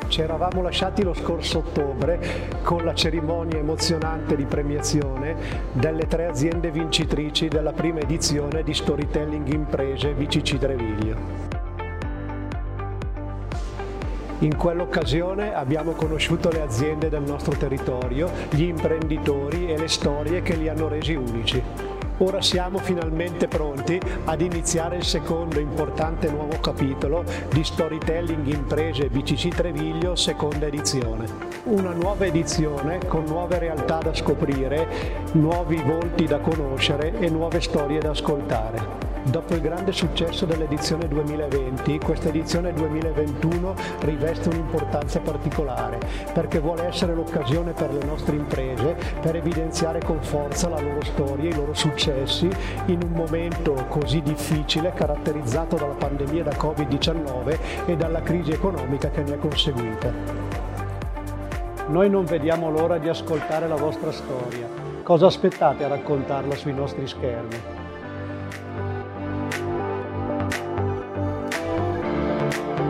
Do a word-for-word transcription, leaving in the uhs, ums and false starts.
Ci eravamo lasciati lo scorso ottobre con la cerimonia emozionante di premiazione delle tre aziende vincitrici della prima edizione di Storytelling Imprese B C C Treviglio. In quell'occasione abbiamo conosciuto le aziende del nostro territorio, gli imprenditori e le storie che li hanno resi unici. Ora siamo finalmente pronti ad iniziare il secondo importante nuovo capitolo di Storytelling Imprese B C C Treviglio, seconda edizione. Una nuova edizione con nuove realtà da scoprire, nuovi volti da conoscere e nuove storie da ascoltare. Dopo il grande successo dell'edizione duemilaventi, questa edizione duemilaventuno riveste un'importanza particolare perché vuole essere l'occasione per le nostre imprese per evidenziare con forza la loro storia e i loro successi in un momento così difficile caratterizzato dalla pandemia da Covid diciannove e dalla crisi economica che ne è conseguita. Noi non vediamo l'ora di ascoltare la vostra storia. Cosa aspettate a raccontarla sui nostri schermi?